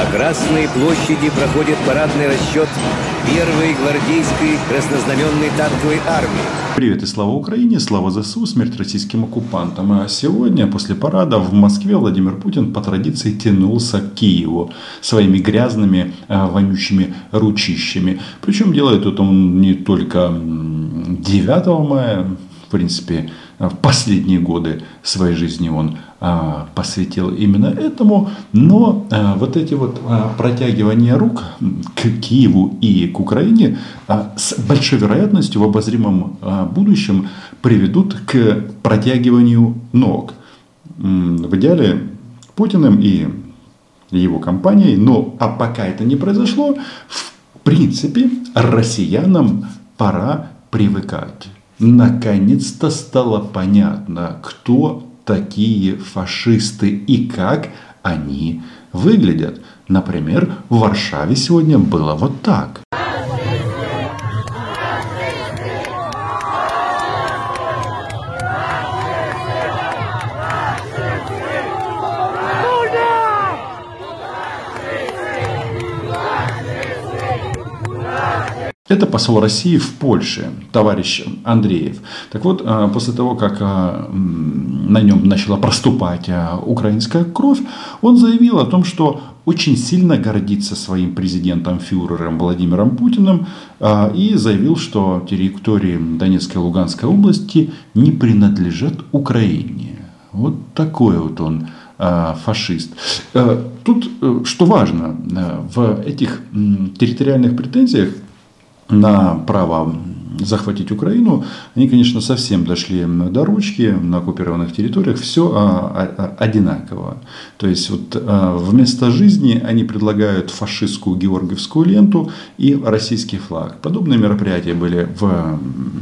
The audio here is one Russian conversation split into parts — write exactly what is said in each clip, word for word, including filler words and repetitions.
По Красной площади проходит парадный расчет первой гвардейской краснознаменной танковой армии. Привет и слава Украине, слава ЗСУ, смерть российским оккупантам. А сегодня, после парада, в Москве Владимир Путин по традиции тянулся к Киеву своими грязными, вонючими ручищами. Причем делает это он не только девятого мая, в принципе, в последние годы своей жизни он а, посвятил именно этому, но а, вот эти вот а, протягивания рук к Киеву и к Украине а, с большой вероятностью в обозримом а, будущем приведут к протягиванию ног. В идеале Путиным и его компанией, но а пока это не произошло, в принципе, россиянам пора привыкать. Наконец-то стало понятно, кто такие фашисты и как они выглядят. Например, в Варшаве сегодня было вот так. Это посол России в Польше, товарищ Андреев. Так вот, после того, как на нем начала проступать украинская кровь, он заявил о том, что очень сильно гордится своим президентом-фюрером Владимиром Путиным и заявил, что территории Донецкой и Луганской области не принадлежат Украине. Вот такой вот он фашист. Тут, что важно, в этих территориальных претензиях на право захватить Украину, они, конечно, совсем дошли до ручки. На оккупированных территориях все одинаково. То есть, вот, вместо жизни они предлагают фашистскую георгиевскую ленту и российский флаг. Подобные мероприятия были в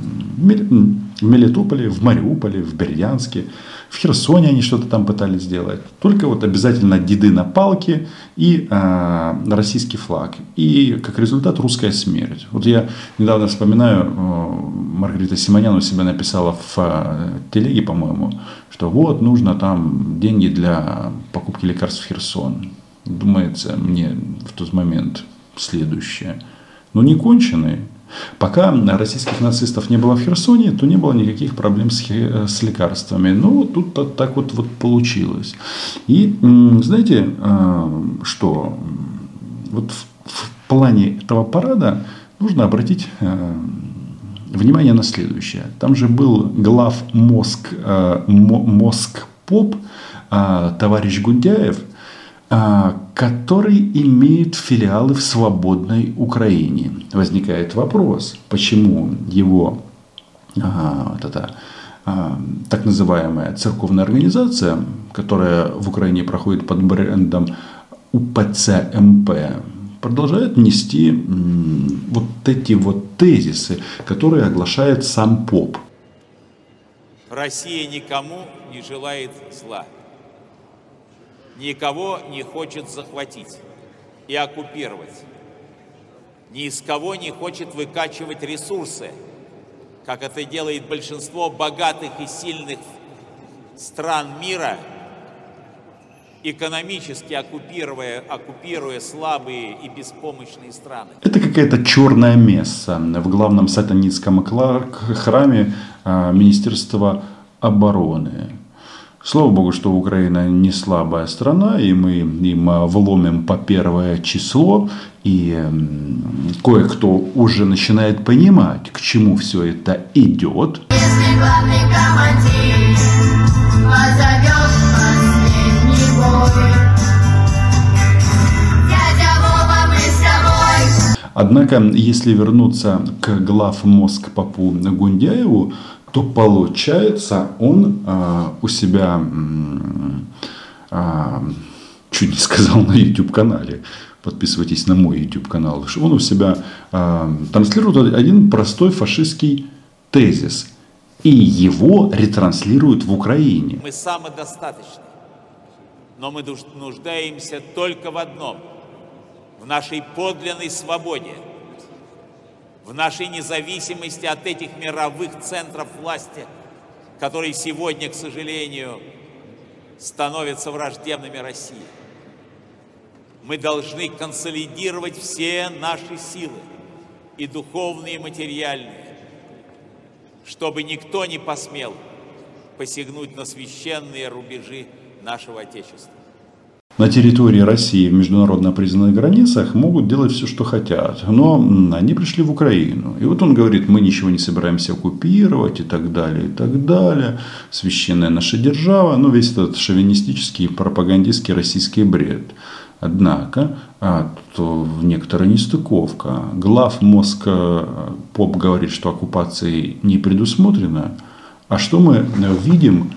Мелитополе, в Мариуполе, в Бердянске. В Херсоне они что-то там пытались сделать. Только вот обязательно деды на палке и э, российский флаг. И как результат русская смерть. Вот я недавно вспоминаю, э, Маргарита Симонян у себя написала в э, телеге, по-моему, что вот нужно там деньги для покупки лекарств в Херсон. Думается мне в тот момент следующее. Ну не конченые. Пока российских нацистов не было в Херсоне, то не было никаких проблем с, с лекарствами. Ну, тут так, так вот, вот получилось. И знаете, что вот в, в плане этого парада нужно обратить внимание на следующее. Там же был глав Моск, Москпоп товарищ Гундяев, который имеет филиалы в свободной Украине. Возникает вопрос, почему его а, вот эта, а, так называемая церковная организация, которая в Украине проходит под брендом УПЦ-МП, продолжает нести м, вот эти вот тезисы, которые оглашает сам поп. Россия никому не желает зла. Никого не хочет захватить и оккупировать. Ни из кого не хочет выкачивать ресурсы, как это делает большинство богатых и сильных стран мира, экономически оккупируя, оккупируя слабые и беспомощные страны. Это какая-то черная месса в главном сатанинском храме Министерства обороны. Слава Богу, что Украина не слабая страна, и мы им вломим по первое число, и кое-кто уже начинает понимать, к чему все это идет. Если главный командир позовет последний бой, дядя Вова, мы с тобой. Однако, если вернуться к глав Москпопу Гундяеву, то получается, он а, у себя, а, чуть не сказал, на YouTube-канале, подписывайтесь на мой YouTube-канал, он у себя а, транслирует один простой фашистский тезис, и его ретранслируют в Украине. Мы самодостаточны, но мы нуждаемся только в одном – в нашей подлинной свободе, в нашей независимости от этих мировых центров власти, которые сегодня, к сожалению, становятся враждебными России. мы должны консолидировать все наши силы, и духовные, и материальные, чтобы никто не посмел посягнуть на священные рубежи нашего Отечества. На территории России в международно признанных границах могут делать все, что хотят. Но они пришли в Украину. И вот он говорит, мы ничего не собираемся оккупировать и так далее, и так далее. Священная наша держава. Ну, весь этот шовинистический, пропагандистский российский бред. Однако, а, то некоторая нестыковка. Главмозг поп говорит, что оккупации не предусмотрено. А что мы видим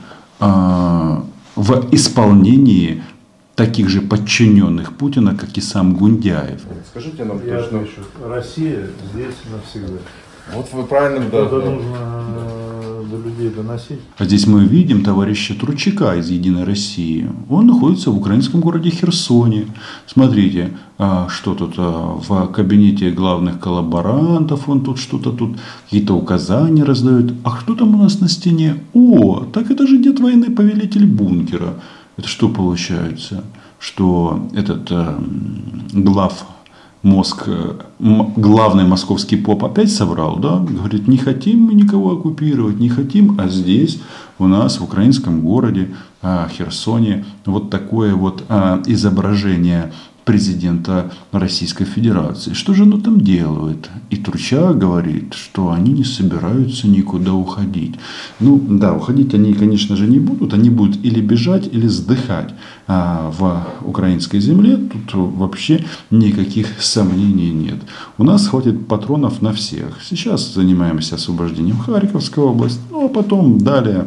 а, в исполнении таких же подчиненных Путина, как и сам Гундяев? Скажите нам Я точно. отвечу. Россия здесь навсегда. Вот вы правильно, да. Это да. нужно до людей доносить. А здесь мы видим товарища Тручака из «Единой России». Он находится в украинском городе Херсоне. Смотрите, что тут в кабинете главных коллаборантов, он тут что-то тут, какие-то указания раздает. А кто там у нас на стене? О, так это же дед военный повелитель бункера. Это что получается? Что этот э, глав мозг, главный московский поп опять соврал, да? Говорит, не хотим мы никого оккупировать, не хотим, а здесь у нас в украинском городе э, Херсоне вот такое вот э, изображение президента Российской Федерации. Что же оно там делает? И Тручак говорит, что они не собираются никуда уходить. Ну да, уходить они, конечно же, не будут. Они будут или бежать, или сдыхать а в украинской земле. Тут вообще никаких сомнений нет. У нас хватит патронов на всех. Сейчас занимаемся освобождением Харьковской области. Ну а потом далее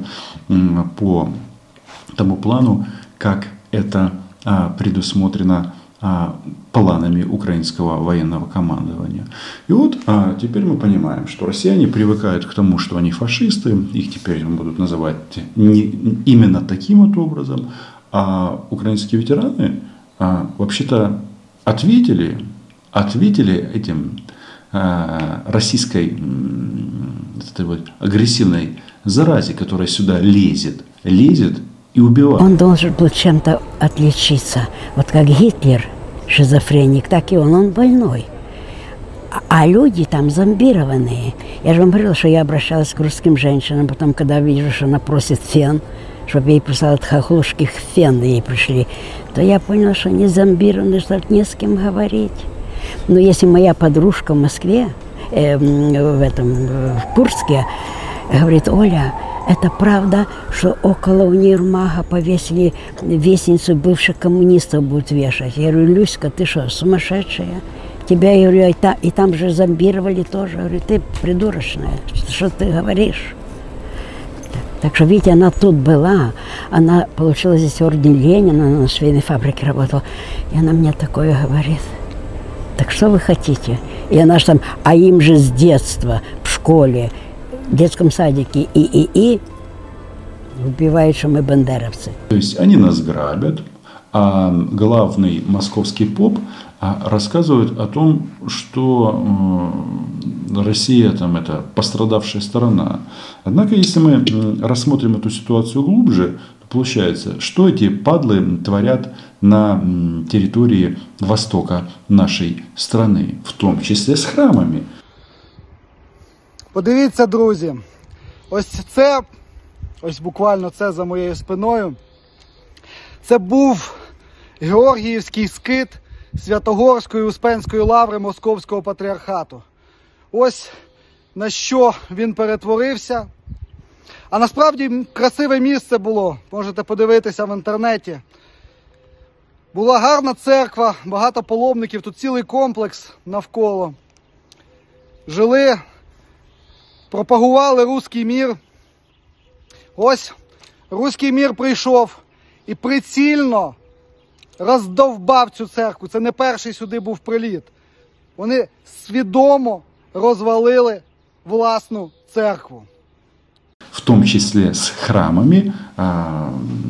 по тому плану, как это а, предусмотрено планами украинского военного командования. И вот а, теперь мы понимаем, что россияне привыкают к тому, что они фашисты, их теперь будут называть не, именно таким вот образом, а украинские ветераны а, вообще-то ответили, ответили этим а, российской этой вот агрессивной заразе, которая сюда лезет, лезет и убивает. Он должен был чем-то отличиться. Вот как Гитлер, шизофреник, так и он, он больной. А люди там зомбированные. Я же вам говорила, что я обращалась к русским женщинам, потом, когда вижу, что она просит фен, чтобы ей прислали от хохлушки фен, ей пришли, то я поняла, что они зомбированы, что не с кем говорить. Но если моя подружка в Москве, э, в этом, в Курске, говорит, Оля, это правда, что около универмага повесили вестницу бывших коммунистов будут вешать. Я говорю, Люська, ты что, сумасшедшая? Тебя, я говорю, и, та, и там же зомбировали тоже. Я говорю, ты придурочная, что, что ты говоришь? Так, так что, видите, она тут была, она получила здесь орден Ленина, она на швейной фабрике работала, и она мне такое говорит. Так что вы хотите? И она же там, а им же с детства в школе, в детском садике и, и, и убивают, что мы бандеровцы. То есть они нас грабят, а главный московский поп рассказывает о том, что Россия там это пострадавшая сторона. Однако, если мы рассмотрим эту ситуацию глубже, то получается, что эти падлы творят на территории востока нашей страны, в том числе с храмами. Подивіться, друзі, ось це, ось буквально це за моєю спиною, це був Георгіївський скит Святогорської Успенської лаври Московського патріархату. Ось на що він перетворився. А насправді красиве місце було, можете подивитися в інтернеті. Була гарна церква, багато паломників, тут цілий комплекс навколо. Жили, пропагували руський мір. Ось руський мір прийшов і прицільно роздовбав цю церкву. Це не перший сюди був приліт. Вони свідомо розвалили власну церкву. В том числе с храмами а,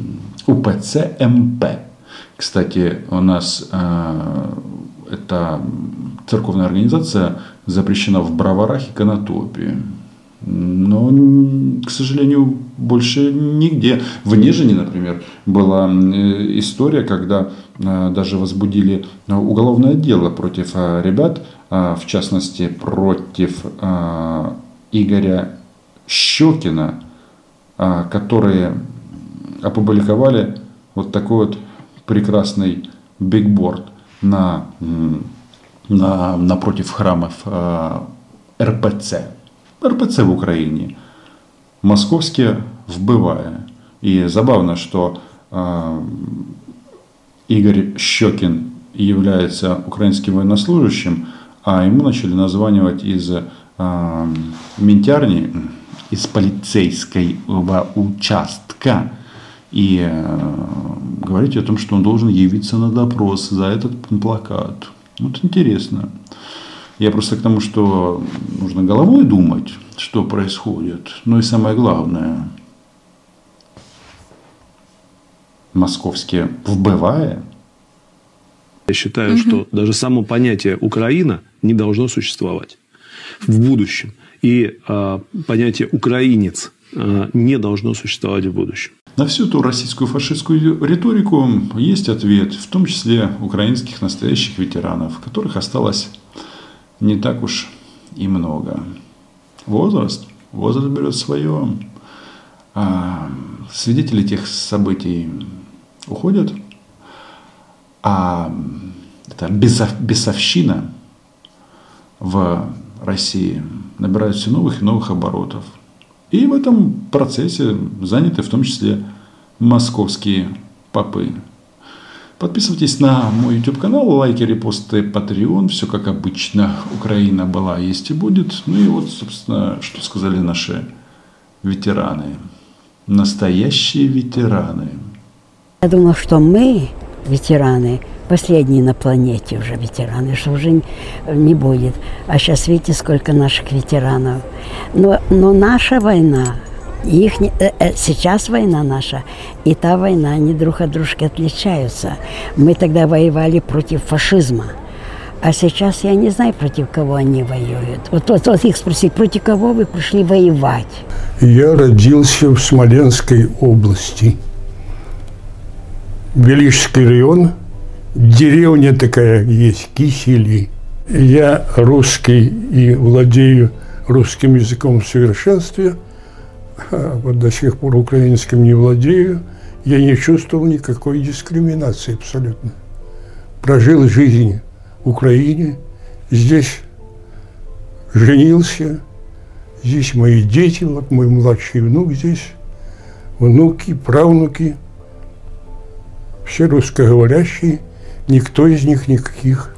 УПЦ МП. Кстати, у нас а, эта церковная организация запрещена в Броварах и Конотопе. Но, к сожалению, больше нигде. В Нежине, например, была история, когда даже возбудили уголовное дело против ребят, в частности, против Игоря Щекина, которые опубликовали вот такой вот прекрасный бигборд на, на, напротив храмов эр пэ цэ. эр пэ цэ в Украине. Московские вбывая. И забавно, что э, Игорь Щекин является украинским военнослужащим, а ему начали названивать из э, ментярни, из полицейского участка и э, говорить о том, что он должен явиться на допрос за этот плакат. Вот интересно. Я просто к тому, что нужно головой думать, что происходит. Ну и самое главное, московские вбывая. Я считаю, угу. что даже само понятие «Украина» не должно существовать в будущем. И э, понятие «украинец» э, не должно существовать в будущем. На всю эту российскую фашистскую риторику есть ответ, в том числе украинских настоящих ветеранов, которых осталось не так уж и много. Возраст. Возраст берет свое. А свидетели тех событий уходят. А эта бесовщина в России набирает все новых и новых оборотов. И в этом процессе заняты в том числе московские попы. Подписывайтесь на мой YouTube-канал, лайки, репосты, Patreon. Все как обычно. Украина была, есть и будет. Ну и вот, собственно, что сказали наши ветераны. Настоящие ветераны. Я думала, что мы, ветераны, последние на планете уже ветераны, что уже не будет. А сейчас видите, сколько наших ветеранов. Но, но наша война, их не, э, сейчас война наша, и та война, они друг от дружки отличаются. Мы тогда воевали против фашизма. А сейчас я не знаю, против кого они воюют. Вот, вот, вот их спросить, против кого вы пришли воевать? Я родился в Смоленской области. Велишский район. Деревня такая есть, Кисели. Я русский и владею русским языком в совершенстве. А вот до сих пор украинским не владею. Я не чувствовал никакой дискриминации абсолютно. Прожил жизнь в Украине, здесь женился, здесь мои дети, вот мой младший внук здесь, внуки, правнуки, все русскоговорящие, никто из них никаких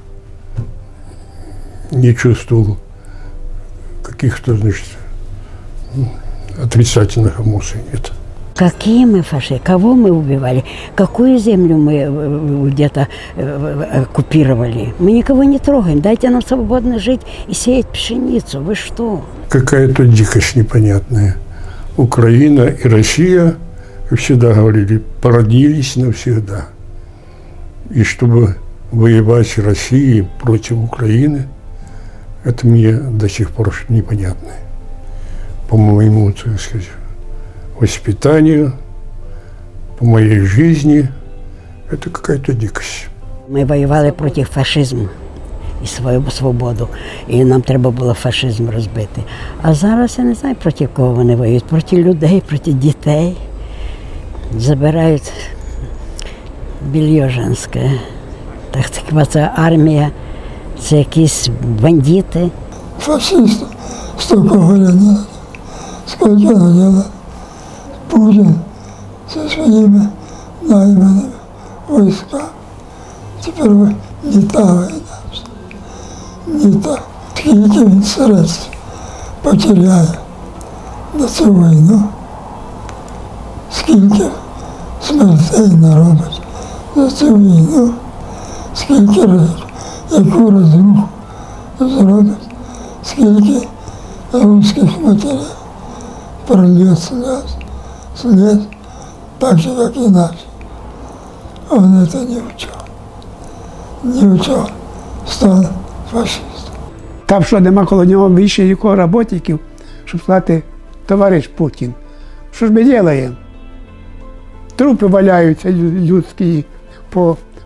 не чувствовал каких-то, значит, отрицательных эмоций нет. Какие мы фашисты? Кого мы убивали? Какую землю мы где-то оккупировали? Мы никого не трогаем. Дайте нам свободно жить и сеять пшеницу. Вы что? Какая-то дикость непонятная. Украина и Россия, как всегда говорили, породнились навсегда. И чтобы воевать с Россией против Украины, это мне до сих пор непонятно. По моему, так сказать, воспитанию, по моей жизни, это какая-то дикость. Ми воювали проти фашизму і свою свободу, і нам треба було фашизм розбити. А зараз я не знаю, проти кого вони воюють, проти людей, проти дітей. Забирають белье женське. Так, так це армія, це якісь бандити. Фашисты, столько говорят, сколько дело. Путин со своими найманными войсками. Теперь вы не та война, не та. Скільки він средств потеряє на цю війну, скільки смертей наробить за цю війну, скільки яку розруху зробить, скільки русських матерів прольє слез. След, так же, как и наш. Он это не учел. Не учел. Стал фашистом. Там що, нема коло нього більше нікого роботників, щоб сказати, товариш Путін, що ж ми робимо? Трупи валяються людські по,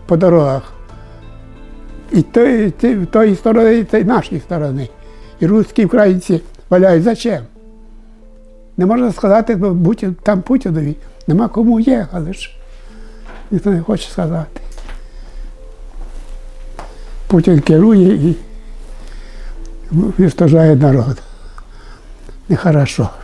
по дорогах. І тої, і тої сторони, і тої нашої сторони. І русські українці валяють. Зачем? Не можна сказати, будь там Путінові. Нема кому є, але ж ніхто не хоче сказати. Путін керує і вистажає народ. Нехорошо.